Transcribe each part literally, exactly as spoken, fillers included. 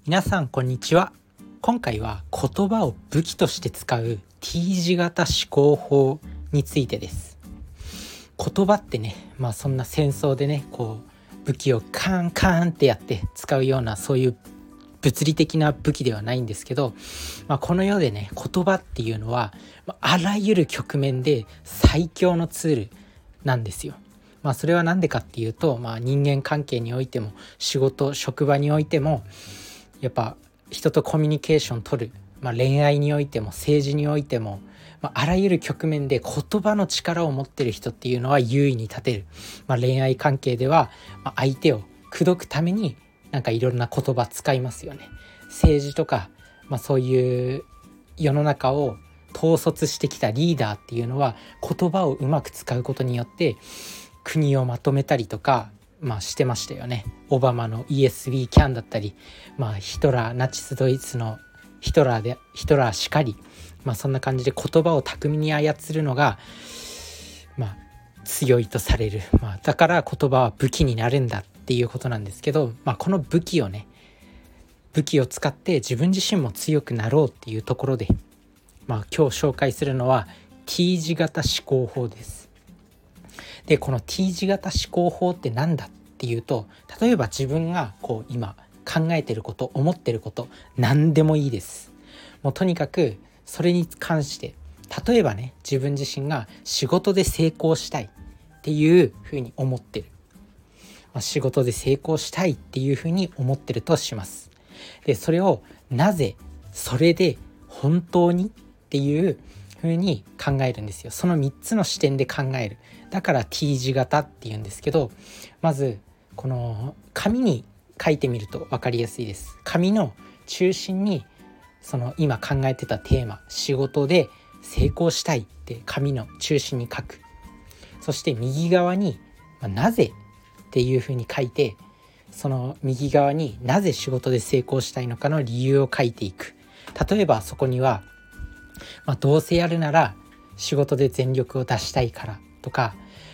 皆さんこんにちは。今回は言葉を武器として使う T 字型思考法についてです。言葉ってね、まあそんな戦争でね、こう武器をカーンカーンってやって使うようなそういう物理的な武器ではないんですけど、まあ、この世でね、言葉っていうのはあらゆる局面で最強のツールなんですよ。まあそれは何でかっていうと、まあ、人間関係においても仕事職場においてもやっぱ人とコミュニケーション取る、まあ、恋愛においても政治においても、まあ、あらゆる局面で言葉の力を持ってる人っていうのは優位に立てる。まあ、恋愛関係では、まあ、相手を口説くためになんかいろんな言葉使いますよね。政治とか、まあ、そういう世の中を統率してきたリーダーっていうのは言葉をうまく使うことによって国をまとめたりとか、まあ、してましたよね。オバマの イーエス ウィー キャンだったり、まあ、ヒトラーナチスドイツのヒトラーでヒトラーしかり、まあ、そんな感じで言葉を巧みに操るのが、まあ、強いとされる、まあ、だから言葉は武器になるんだっていうことなんですけど、まあ、この武器をね武器を使って自分自身も強くなろうっていうところで、まあ、今日紹介するのは T 字型思考法です。でこの T 字型思考法って何だっていうと、例えば自分がこう今考えてること思ってること何でもいいです。もうとにかくそれに関して、例えばね自分自身が仕事で成功したいっていうふうに思ってる、まあ、仕事で成功したいっていうふうに思ってるとします。でそれをなぜそれで本当にっていう風に考えるんですよ。そのみっつの視点で考える。だから T 字型っていうんですけど、まずこの紙に書いてみると分かりやすいです。紙の中心にその今考えてたテーマ、仕事で成功したいって紙の中心に書く。そして右側に、まあ、なぜっていう風に書いて、その右側になぜ仕事で成功したいのかの理由を書いていく。例えばそこには、まあ、どうせやるなら仕事で全力を出したいからとか、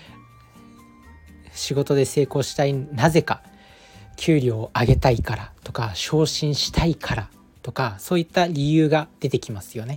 仕事で成功したいなぜか給料を上げたいからとか、昇進したいからとか、そういった理由が出てきますよね。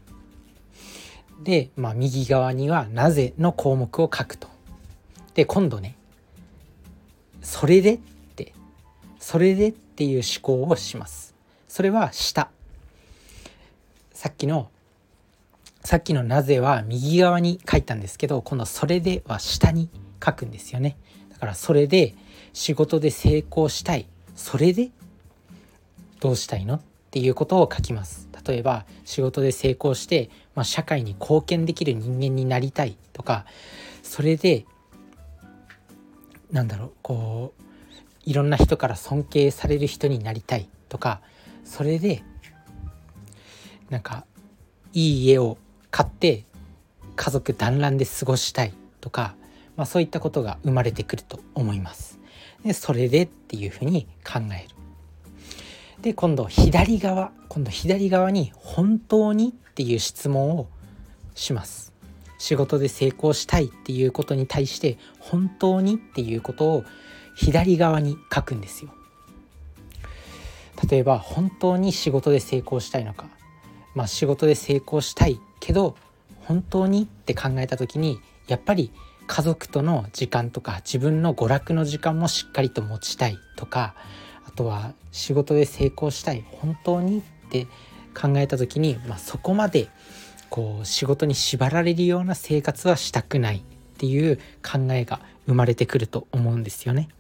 で、まあ、右側にはなぜの項目を書くと。で今度ね、それでってそれでっていう思考をします。それは下、さっきのさっきのなぜは右側に書いたんですけど、今度それでは下に書くんですよね。だからそれで仕事で成功したい、それでどうしたいのっていうことを書きます。例えば仕事で成功して、まあ、社会に貢献できる人間になりたいとか、それでなんだろうこういろんな人から尊敬される人になりたいとか、それでなんかいい家を買って家族団らんで過ごしたいとか、まあ、そういったことが生まれてくると思います。でそれでっていうふうに考える。で今度左側今度左側に本当にっていう質問をします。仕事で成功したいっていうことに対して本当にっていうことを左側に書くんですよ。例えば本当に仕事で成功したいのか、まあ、仕事で成功したいけど本当にって考えた時に、やっぱり家族との時間とか自分の娯楽の時間もしっかりと持ちたいとか、あとは仕事で成功したい本当にって考えた時に、まあ、そこまでこう仕事に縛られるような生活はしたくないっていう考えが生まれてくると思うんですよね。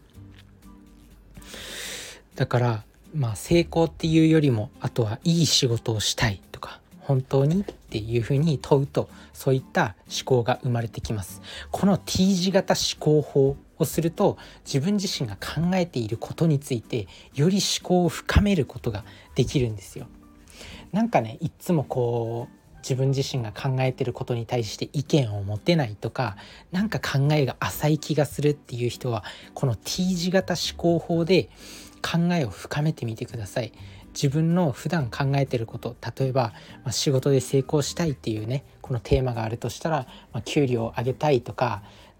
だからまあ成功っていうよりも、あとはいい仕事をしたいとか本当にっていうふうに問うと、そういった思考が生まれてきます。この T 字型思考法をすると、自分自身が考えていることについてより思考を深めることができるんですよ。なんかね、いつもこう自分自身が考えていることに対して意見を持てないとか、なんか考えが浅い気がするっていう人は、この T 字型思考法で考えを深めてみてください。自分の普段考えていること、例えば、まあ、仕事で成功したいっていうねこのテーマがあるとしたら、まあ、給料を上げたいとか、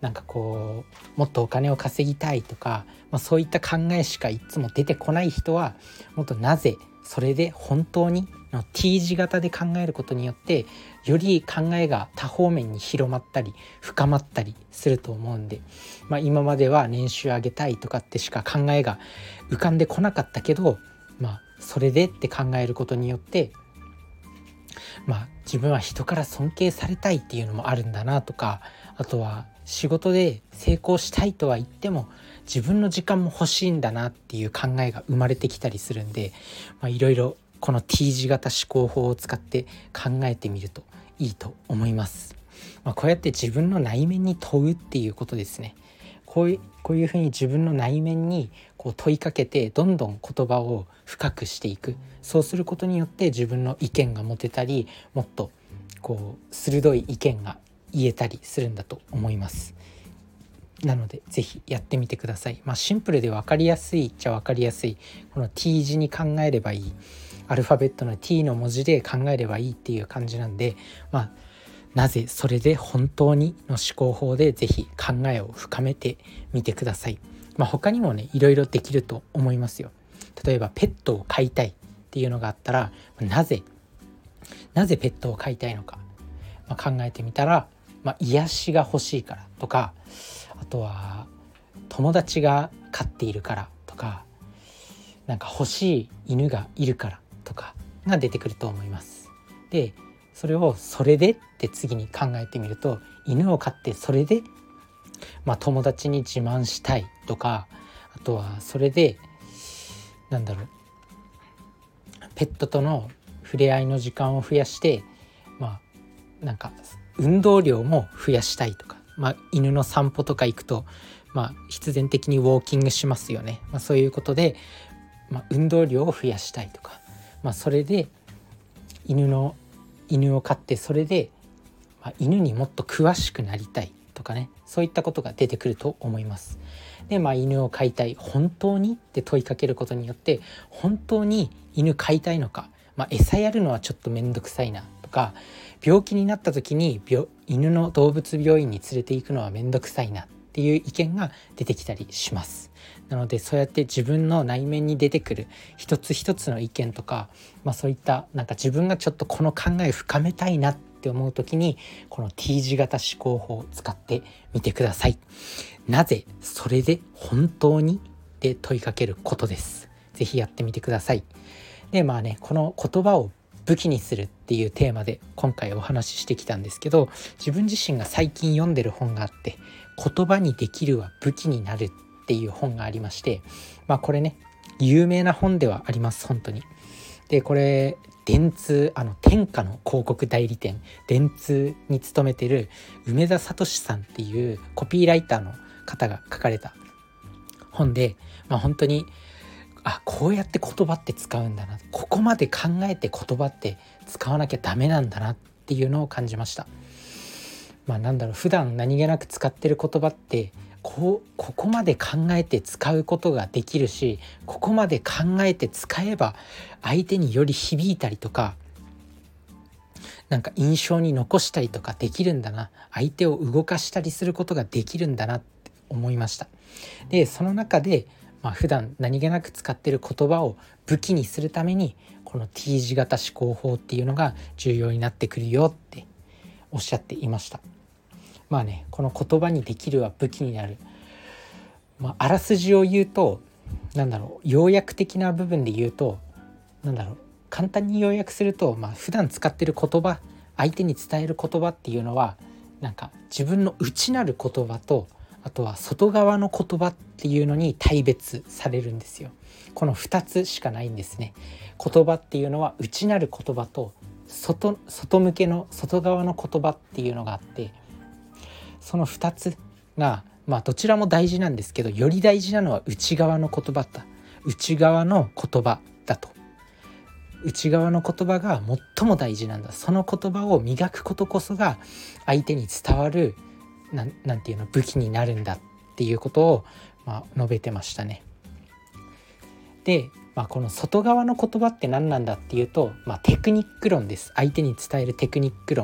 なんかこうもっとお金を稼ぎたいとか、まあ、そういった考えしかいつも出てこない人は、もっとなぜそれで本当にの T 字型で考えることによってより考えが多方面に広まったり深まったりすると思うんで、まあ、今までは年収上げたいとかってしか考えが浮かんでこなかったけど、まあそれでって考えることによって、まあ自分は人から尊敬されたいっていうのもあるんだなとか、あとは仕事で成功したいとは言っても自分の時間も欲しいんだなっていう考えが生まれてきたりするんで、いろいろこの T 字型思考法を使って考えてみるといいと思います。まあ、こうやって自分の内面に問うっていうことですね。こういう、こういうふうに自分の内面にこう問いかけてどんどん言葉を深くしていく。そうすることによって自分の意見が持てたり、もっとこう鋭い意見が言えたりするんだと思います。なのでぜひやってみてください。まあ、シンプルで分かりやすいっちゃ分かりやすい、この T 字に考えればいい、アルファベットの T の文字で考えればいいっていう感じなんで、まあなぜそれで本当にの思考法でぜひ考えを深めてみてください。まあ、他にもねいろいろできると思いますよ。例えばペットを飼いたいっていうのがあったら、なぜなぜペットを飼いたいのか、まあ、考えてみたら、まあ、癒しが欲しいからとか、あとは友達が飼っているからとか、なんか欲しい犬がいるからとかが出てくると思います。でそれをそれでって次に考えてみると、犬を飼ってそれで、まあ、友達に自慢したいとか、あとはそれでなんだろうペットとの触れ合いの時間を増やして、まあなんか運動量も増やしたいとか、まあ、犬の散歩とか行くと、まあ、必然的にウォーキングしますよね。まあ、そういうことで、まあ、運動量を増やしたいとか、まあ、それで犬の犬を飼ってそれで、まあ、犬にもっと詳しくなりたいとかね、そういったことが出てくると思います。で、まあ、犬を飼いたい、本当にって問いかけることによって、本当に犬飼いたいのか、まあ、餌やるのはちょっとめんどくさいなとか、病気になった時に病犬の動物病院に連れて行くのはめんどくさいなっていう意見が出てきたりします。なのでそうやって自分の内面に出てくる一つ一つの意見とか、まあ、そういったなんか自分がちょっとこの考えを深めたいなって思う時に、この T 字型思考法を使ってみてください。なぜそれで本当にで問いかけることです。ぜひやってみてください。でまあね、この言葉を武器にするっていうテーマで今回お話ししてきたんですけど、自分自身が最近読んでる本があって、言葉にできるは武器になるっていう本がありまして、まあこれね有名な本ではあります本当に。でこれ電通、あの天下の広告代理店電通に勤めてる梅田聡さんっていうコピーライターの方が書かれた本で、まあ本当にあこうやって言葉って使うんだな、ここまで考えて言葉って使わなきゃダメなんだなっていうのを感じました。まあなんだろう、普段何気なく使ってる言葉ってこうここまで考えて使うことができるし、ここまで考えて使えば相手により響いたりとか、なんか印象に残したりとかできるんだな、相手を動かしたりすることができるんだなって思いました。でその中でまあ、普段何気なく使っている言葉を武器にするためにこの T 字型思考法っていうのが重要になってくるよっておっしゃっていました。まあね、この言葉にできるは武器になる、まあ、あらすじを言うと、なんだろう、要約的な部分で言うと、なんだろう、簡単に要約すると、まあ、普段使っている言葉、相手に伝える言葉っていうのはなんか自分の内なる言葉と、あとは外側の言葉っていうのに大別されるんですよ。このふたつしかないんですね。言葉っていうのは内なる言葉と 外, 外向けの外側の言葉っていうのがあって、そのふたつがまあどちらも大事なんですけど、より大事なのは内側の言葉だ内側の言葉だと。内側の言葉が最も大事なんだ。その言葉を磨くことこそが相手に伝わるな ん, なんていうの武器になるんだっていうことを、まあ、述べてましたね。で、まあ、この外側の言葉って何なんだっていうと、まあ、テクニック論です。相手に伝えるテクニック論、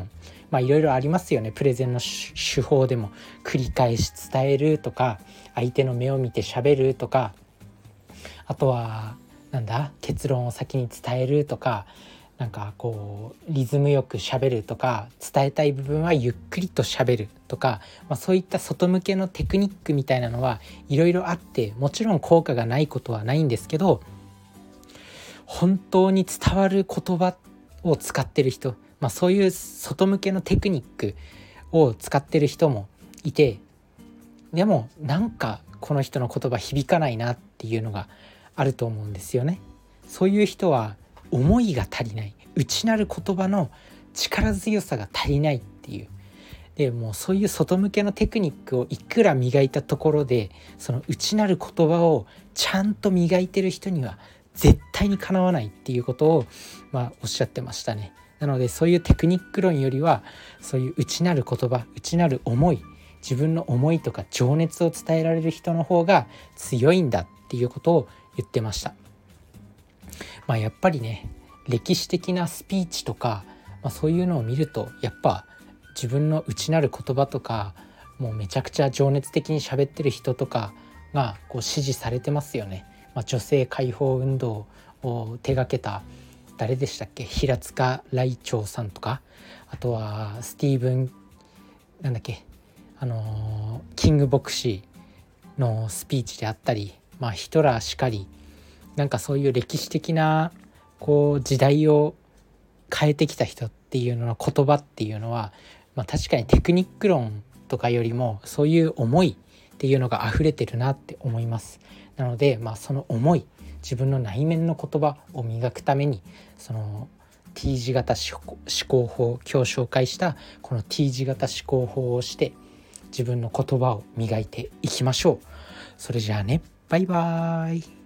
まあいろいろありますよね。プレゼンの手法でも繰り返し伝えるとか、相手の目を見て喋るとか、あとはなんだ結論を先に伝えるとか、なんかこうリズムよく喋るとか、伝えたい部分はゆっくりと喋るとか、まあ、そういった外向けのテクニックみたいなのはいろいろあって、もちろん効果がないことはないんですけど、本当に伝わる言葉を使ってる人、まあ、そういう外向けのテクニックを使ってる人もいて、でもなんかこの人の言葉響かないなっていうのがあると思うんですよね。そういう人は思いが足りない、内なる言葉の力強さが足りないっていう。でもうそういう外向けのテクニックをいくら磨いたところで、その内なる言葉をちゃんと磨いてる人には絶対にかなわないっていうことを、まあ、おっしゃってましたね。なのでそういうテクニック論よりは、そういう内なる言葉、内なる思い、自分の思いとか情熱を伝えられる人の方が強いんだっていうことを言ってました。まあ、やっぱりね、歴史的なスピーチとか、まあ、そういうのを見ると、やっぱ自分の内なる言葉とか、もうめちゃくちゃ情熱的に喋ってる人とかがこう支持されてますよね。まあ、女性解放運動を手掛けた誰でしたっけ、平塚雷鳥さんとか、あとはスティーブンなんだっけあのー、キング牧師のスピーチであったり、まあ、ヒトラーしかり、なんかそういう歴史的なこう時代を変えてきた人っていうのの言葉っていうのは、まあ、確かにテクニック論とかよりもそういう思いっていうのが溢れてるなって思います。なので、まあ、その思い、自分の内面の言葉を磨くために、その T 字型思考法、今日紹介したこの T 字型思考法をして自分の言葉を磨いていきましょう。それじゃあね、バイバーイ。